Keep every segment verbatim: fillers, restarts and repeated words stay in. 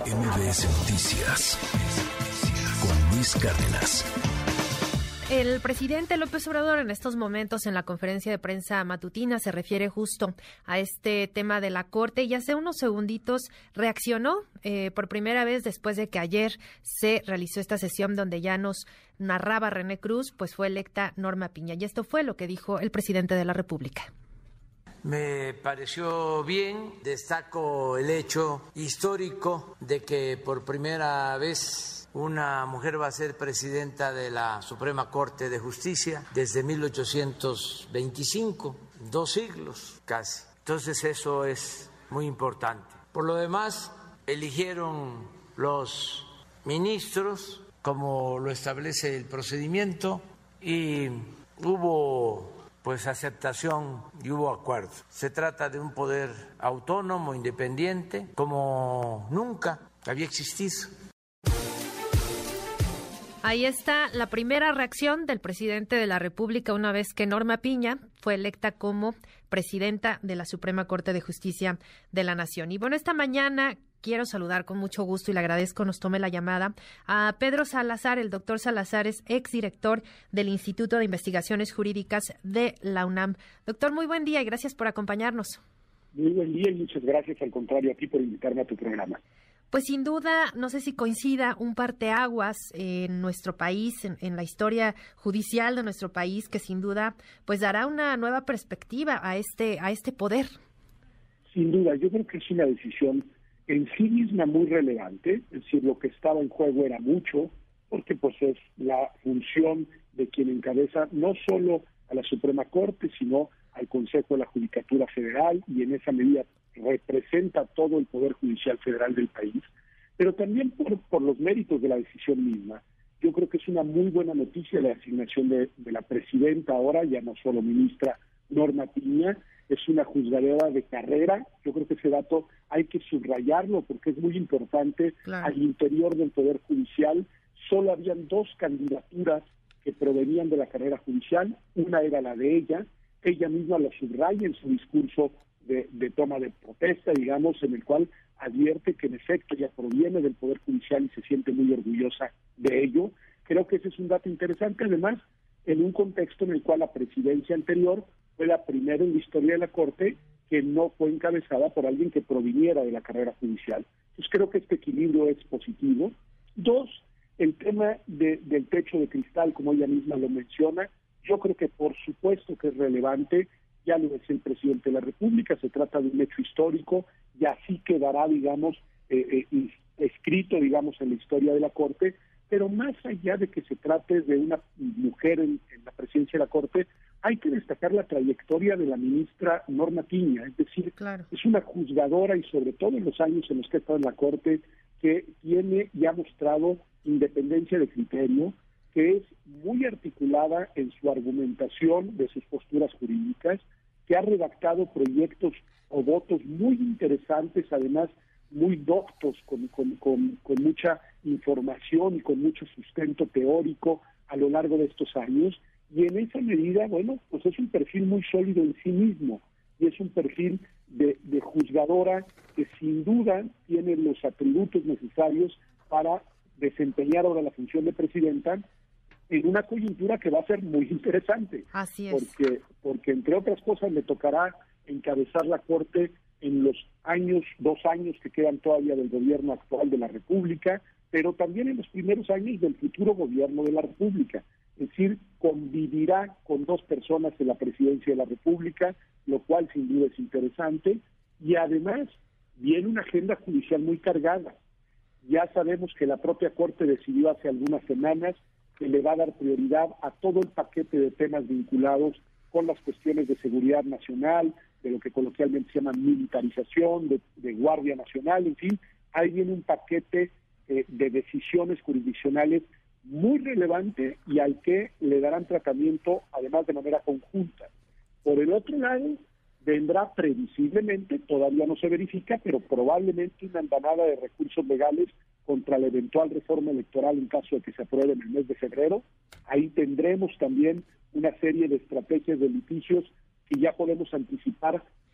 M B S Noticias con Luis Cárdenas. El presidente López Obrador en estos momentos en la conferencia de prensa matutina se refiere justo a este tema de la Corte y hace unos segunditos reaccionó eh, por primera vez después de que ayer se realizó esta sesión donde ya nos narraba René Cruz, pues fue electa Norma Piña. Y esto fue lo que dijo el presidente de la República. Me pareció bien, destaco el hecho histórico de que por primera vez una mujer va a ser presidenta de la Suprema Corte de Justicia desde mil ochocientos veinticinco, dos siglos casi. Entonces eso es muy importante. Por lo demás, eligieron los ministros como lo establece el procedimiento y hubo pues aceptación y hubo acuerdo. Se trata de un poder autónomo, independiente, como nunca había existido. Ahí está la primera reacción del presidente de la República una vez que Norma Piña fue electa como presidenta de la Suprema Corte de Justicia de la Nación. Y bueno, esta mañana quiero saludar con mucho gusto y le agradezco nos tome la llamada a Pedro Salazar. El doctor Salazar es exdirector del Instituto de Investigaciones Jurídicas de la UNAM. Doctor, muy buen día y gracias por acompañarnos. Muy buen día y muchas gracias, al contrario, a ti por invitarme a tu programa. Pues sin duda, no sé si coincida, un parteaguas en nuestro país, en, en la historia judicial de nuestro país, que sin duda pues dará una nueva perspectiva a este a este poder. Sin duda, yo creo que es una decisión en sí misma muy relevante, es decir, lo que estaba en juego era mucho, porque pues es la función de quien encabeza no solo a la Suprema Corte, sino al Consejo de la Judicatura Federal, y en esa medida representa todo el Poder Judicial Federal del país, pero también por, por los méritos de la decisión misma. Yo creo que es una muy buena noticia la asignación de, de la presidenta ahora, ya no solo ministra Norma Piña, es una juzgadora de carrera. Yo creo que ese dato hay que subrayarlo porque es muy importante. Claro. Al interior del Poder Judicial solo habían dos candidaturas que provenían de la carrera judicial, una era la de ella, ella misma lo subraya en su discurso De, de toma de protesta, digamos, en el cual advierte que en efecto ya proviene del Poder Judicial y se siente muy orgullosa de ello. Creo que ese es un dato interesante, además, en un contexto en el cual la presidencia anterior fue la primera en la historia de la Corte que no fue encabezada por alguien que proviniera de la carrera judicial. Entonces creo que este equilibrio es positivo. Dos, el tema de, del techo de cristal, como ella misma lo menciona, yo creo que por supuesto que es relevante. Ya lo es el presidente de la República, se trata de un hecho histórico y así quedará, digamos, eh, eh, escrito, digamos, en la historia de la Corte, pero más allá de que se trate de una mujer en, en la presidencia de la Corte, hay que destacar la trayectoria de la ministra Norma Piña, es decir, claro. Es una juzgadora y sobre todo en los años en los que ha estado en la Corte, que tiene y ha mostrado independencia de criterio, que es muy articulada en su argumentación de sus posturas jurídicas, que ha redactado proyectos o votos muy interesantes, además muy doctos, con, con, con, con mucha información y con mucho sustento teórico a lo largo de estos años, y en esa medida, bueno, pues es un perfil muy sólido en sí mismo, y es un perfil de, de juzgadora que sin duda tiene los atributos necesarios para desempeñar ahora la función de presidenta, en una coyuntura que va a ser muy interesante. Así es. Porque, porque entre otras cosas le tocará encabezar la Corte en los años, dos años que quedan todavía del gobierno actual de la República, pero también en los primeros años del futuro gobierno de la República. Es decir, convivirá con dos personas en la presidencia de la República, lo cual sin duda es interesante, y además viene una agenda judicial muy cargada. Ya sabemos que la propia Corte decidió hace algunas semanas que le va a dar prioridad a todo el paquete de temas vinculados con las cuestiones de seguridad nacional, de lo que coloquialmente se llama militarización, de, de Guardia Nacional, en fin, ahí viene un paquete eh, de decisiones jurisdiccionales muy relevante y al que le darán tratamiento, además de manera conjunta. Por el otro lado, vendrá previsiblemente, todavía no se verifica, pero probablemente una andanada de recursos legales contra la eventual reforma electoral en caso de que se apruebe en el mes de febrero. Ahí tendremos también una serie de estrategias de litigios que ya podemos anticipar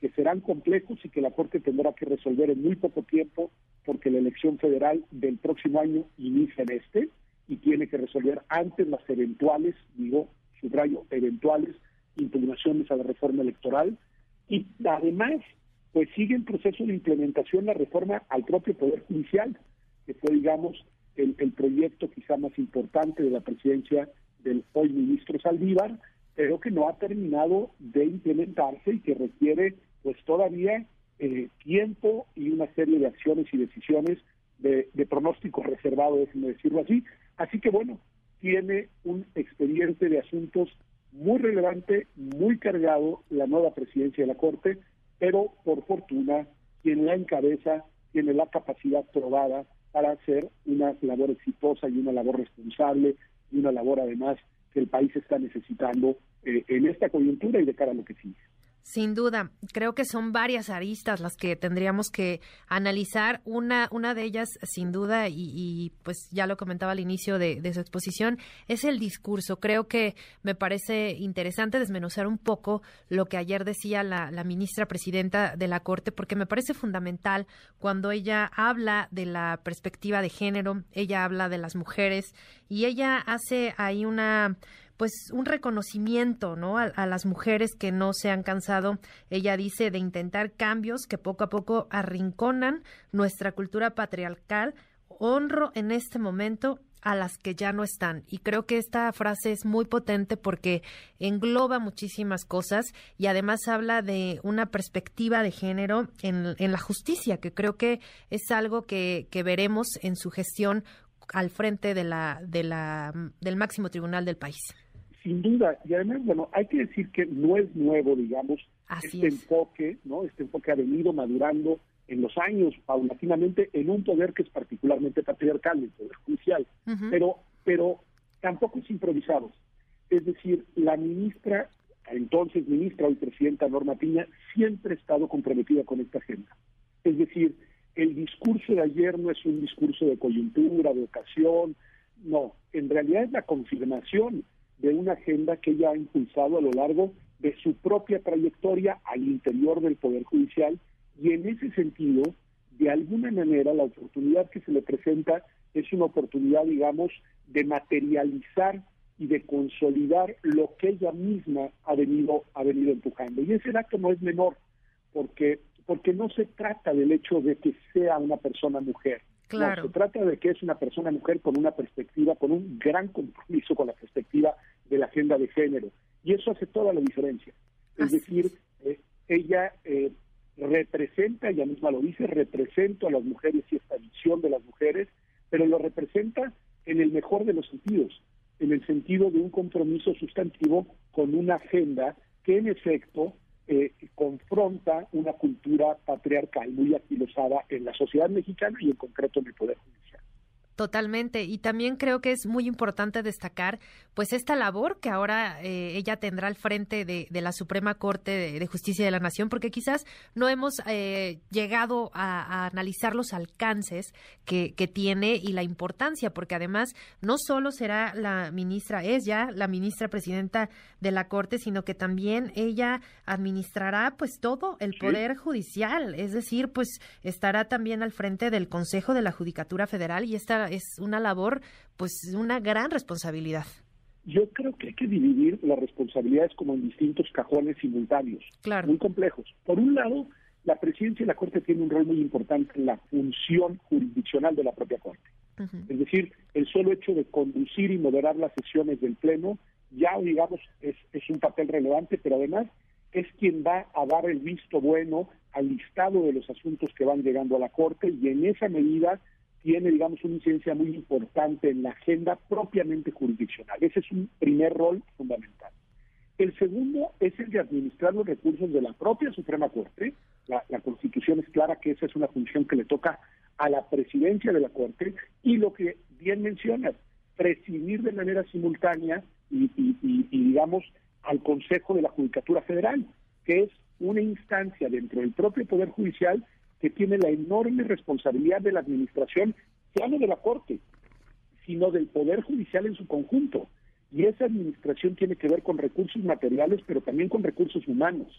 que serán complejos y que la Corte tendrá que resolver en muy poco tiempo, porque la elección federal del próximo año inicia en este y tiene que resolver antes las eventuales, digo, subrayo, eventuales impugnaciones a la reforma electoral. Y además, pues sigue en proceso de implementación la reforma al propio Poder Judicial, que fue, digamos, el, el proyecto quizá más importante de la presidencia del hoy ministro Saldívar, pero que no ha terminado de implementarse y que requiere pues todavía eh, tiempo y una serie de acciones y decisiones de, de pronóstico reservado, déjenme decirlo así. Así que bueno, tiene un expediente de asuntos muy relevante, muy cargado la nueva presidencia de la Corte, pero por fortuna quien la encabeza tiene la capacidad probada para hacer una labor exitosa y una labor responsable y una labor además que el país está necesitando eh, en esta coyuntura y de cara a lo que sigue. Sin duda, creo que son varias aristas las que tendríamos que analizar. Una, una de ellas, sin duda, y, y pues ya lo comentaba al inicio de, de su exposición, es el discurso. Creo que me parece interesante desmenuzar un poco lo que ayer decía la, la ministra presidenta de la Corte, porque me parece fundamental cuando ella habla de la perspectiva de género, ella habla de las mujeres y ella hace ahí una... pues un reconocimiento, ¿no?, a, a las mujeres que no se han cansado, ella dice, de intentar cambios que poco a poco arrinconan nuestra cultura patriarcal. Honro en este momento a las que ya no están. Y creo que esta frase es muy potente porque engloba muchísimas cosas y además habla de una perspectiva de género en, en la justicia, que creo que es algo que, que veremos en su gestión al frente de la, de la, del máximo tribunal del país. Sin duda, y además, bueno, hay que decir que no es nuevo, digamos, Así este es. enfoque, ¿no? Este enfoque ha venido madurando en los años, paulatinamente, en un poder que es particularmente patriarcal, el Poder Judicial, uh-huh. pero, pero tampoco es improvisado. Es decir, la ministra, entonces ministra, hoy presidenta Norma Piña, siempre ha estado comprometida con esta agenda. Es decir, el discurso de ayer no es un discurso de coyuntura, de ocasión, no, en realidad es la confirmación de una agenda que ella ha impulsado a lo largo de su propia trayectoria al interior del Poder Judicial, y en ese sentido, de alguna manera, la oportunidad que se le presenta es una oportunidad, digamos, de materializar y de consolidar lo que ella misma ha venido, ha venido empujando. Y ese dato no es menor, porque, porque no se trata del hecho de que sea una persona mujer. Claro. No, se trata de que es una persona mujer con una perspectiva, con un gran compromiso con la perspectiva de la agenda de género. Y eso hace toda la diferencia. Es Así decir, eh, ella eh, representa, ella misma lo dice, representa a las mujeres y esta visión de las mujeres, pero lo representa en el mejor de los sentidos, en el sentido de un compromiso sustantivo con una agenda que en efecto eh, confronta una cultura patriarcal muy aquilosada en la sociedad mexicana y en concreto en el Poder Judicial. Totalmente, y también creo que es muy importante destacar pues esta labor que ahora eh, ella tendrá al frente de, de la Suprema Corte de, de Justicia de la Nación, porque quizás no hemos eh, llegado a, a analizar los alcances que, que tiene y la importancia, porque además no solo será la ministra, es ya la ministra presidenta de la Corte, sino que también ella administrará pues todo el Poder Judicial, es decir, pues estará también al frente del Consejo de la Judicatura Federal, y esta es una labor, pues, una gran responsabilidad. Yo creo que hay que dividir las responsabilidades como en distintos cajones simultáneos, claro. muy complejos. Por un lado, la presidencia de la Corte tiene un rol muy importante en la función jurisdiccional de la propia Corte. Uh-huh. Es decir, el solo hecho de conducir y moderar las sesiones del Pleno ya, digamos, es, es un papel relevante, pero además es quien va a dar el visto bueno al listado de los asuntos que van llegando a la Corte, y en esa medida tiene, digamos, una incidencia muy importante en la agenda propiamente jurisdiccional. Ese es un primer rol fundamental. El segundo es el de administrar los recursos de la propia Suprema Corte. La, la Constitución es clara que esa es una función que le toca a la presidencia de la Corte, y lo que bien mencionas, presidir de manera simultánea y, y, y, y digamos, al Consejo de la Judicatura Federal, que es una instancia dentro del propio Poder Judicial que tiene la enorme responsabilidad de la administración, ya no de la Corte, sino del Poder Judicial en su conjunto. Y esa administración tiene que ver con recursos materiales, pero también con recursos humanos.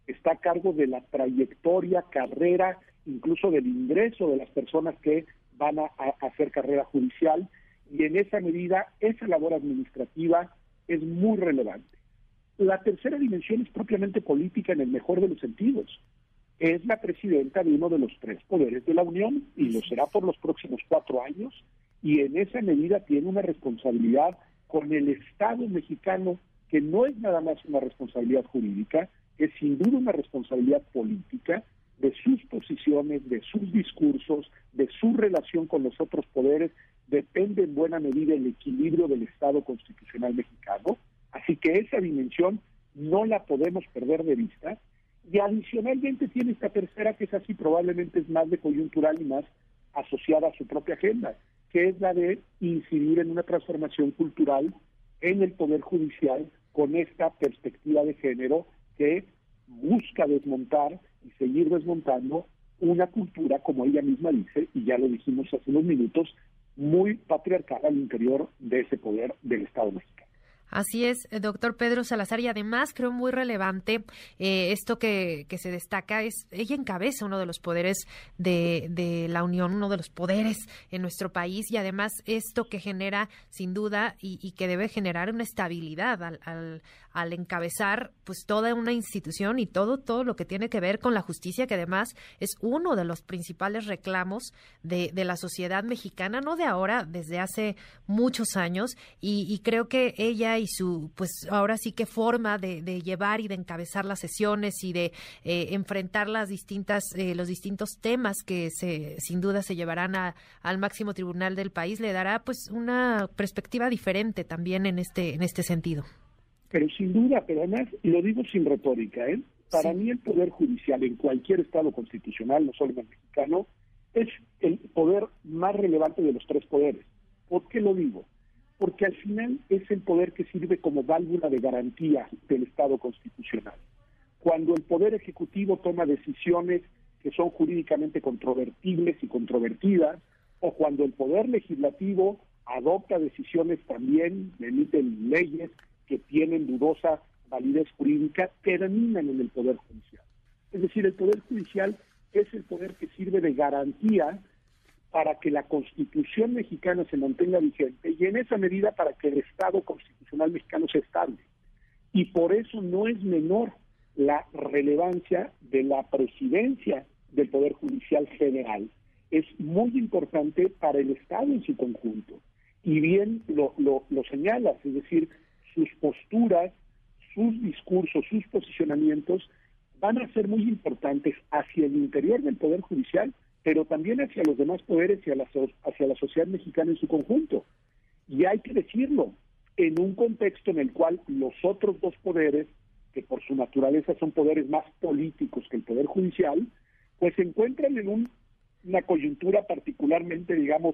está a cargo de la trayectoria, carrera, incluso del ingreso de las personas que van a, a hacer carrera judicial, y en esa medida esa labor administrativa es muy relevante. La tercera dimensión es propiamente política en el mejor de los sentidos. Es la presidenta de uno de los tres poderes de la Unión y lo será por los próximos cuatro años, y en esa medida tiene una responsabilidad con el Estado mexicano que no es nada más una responsabilidad jurídica, es sin duda una responsabilidad política de sus posiciones, de sus discursos, de su relación con los otros poderes. Depende en buena medida el equilibrio del Estado constitucional mexicano, así que esa dimensión no la podemos perder de vista. Y adicionalmente tiene esta tercera, que es así, probablemente es más de coyuntural y más asociada a su propia agenda, que es la de incidir en una transformación cultural en el Poder Judicial con esta perspectiva de género que busca desmontar y seguir desmontando una cultura, como ella misma dice, y ya lo dijimos hace unos minutos, muy patriarcal al interior de ese poder del Estado mexicano. Así es, doctor Pedro Salazar, y además creo muy relevante eh, esto que, que se destaca, es ella encabeza uno de los poderes de, de la Unión, uno de los poderes en nuestro país, y además esto que genera sin duda y, y que debe generar una estabilidad al, al, al encabezar pues toda una institución y todo, todo lo que tiene que ver con la justicia, que además es uno de los principales reclamos de, de la sociedad mexicana, no de ahora, desde hace muchos años, y, y creo que ella y su, pues ahora sí que forma de, de llevar y de encabezar las sesiones y de eh, enfrentar las distintas, eh, los distintos temas que se, sin duda se llevarán a, al máximo tribunal del país, le dará pues una perspectiva diferente también en este, en este sentido. Pero sin duda, pero además lo digo sin retórica, ¿eh? Para sí. mí el Poder Judicial en cualquier Estado constitucional, no solo en el mexicano, es el poder más relevante de los tres poderes. ¿Por qué lo digo? Porque al final es el poder que sirve como válvula de garantía del Estado constitucional. Cuando el Poder Ejecutivo toma decisiones que son jurídicamente controvertibles y controvertidas, o cuando el Poder Legislativo adopta decisiones también, emiten leyes que tienen dudosa validez jurídica, terminan en el Poder Judicial. Es decir, el Poder Judicial es el poder que sirve de garantía para que la Constitución mexicana se mantenga vigente y en esa medida para que el Estado constitucional mexicano sea estable. Y por eso no es menor la relevancia de la presidencia del Poder Judicial Federal. Es muy importante para el Estado en su conjunto. Y bien lo, lo, lo señalas, es decir, sus posturas, sus discursos, sus posicionamientos van a ser muy importantes hacia el interior del Poder Judicial, pero también hacia los demás poderes y hacia la sociedad mexicana en su conjunto. Y hay que decirlo, en un contexto en el cual los otros dos poderes, que por su naturaleza son poderes más políticos que el Poder Judicial, pues se encuentran en un, una coyuntura particularmente, digamos,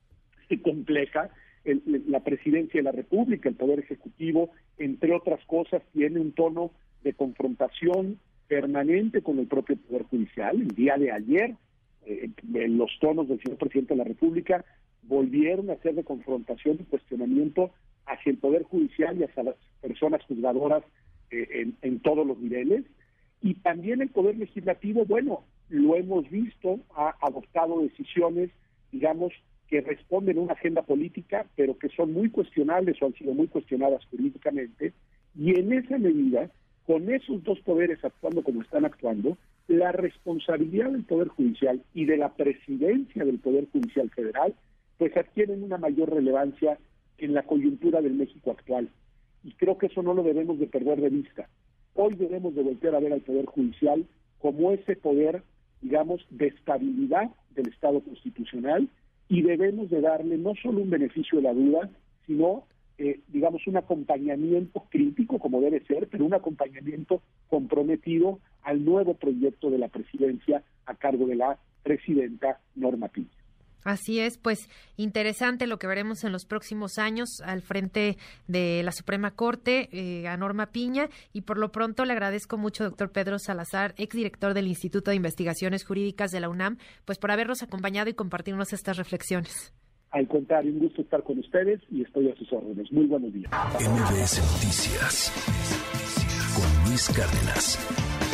compleja. El, la Presidencia de la República, el Poder Ejecutivo, entre otras cosas, tiene un tono de confrontación permanente con el propio Poder Judicial. El día de ayer, eh, los tonos del señor Presidente de la República volvieron a ser de confrontación y cuestionamiento hacia el Poder Judicial y hacia las personas juzgadoras eh, en, en todos los niveles. Y también el Poder Legislativo, bueno, lo hemos visto, ha adoptado decisiones, digamos, que responden a una agenda política, pero que son muy cuestionables o han sido muy cuestionadas jurídicamente, y en esa medida, con esos dos poderes actuando como están actuando, la responsabilidad del Poder Judicial y de la presidencia del Poder Judicial Federal, pues adquieren una mayor relevancia en la coyuntura del México actual. Y creo que eso no lo debemos de perder de vista. Hoy debemos de voltear a ver al Poder Judicial como ese poder, digamos, de estabilidad del Estado constitucional, y debemos de darle no solo un beneficio de la duda, sino, eh, digamos, un acompañamiento crítico, como debe ser, pero un acompañamiento comprometido al nuevo proyecto de la presidencia a cargo de la presidenta Norma Piña. Así es, pues interesante lo que veremos en los próximos años al frente de la Suprema Corte, eh, a Norma Piña, y por lo pronto le agradezco mucho, doctor Pedro Salazar, exdirector del Instituto de Investigaciones Jurídicas de la UNAM, pues por habernos acompañado y compartirnos estas reflexiones. Al contrario, un gusto estar con ustedes y estoy a sus órdenes. Muy buenos días. M B S Noticias con Luis Cárdenas.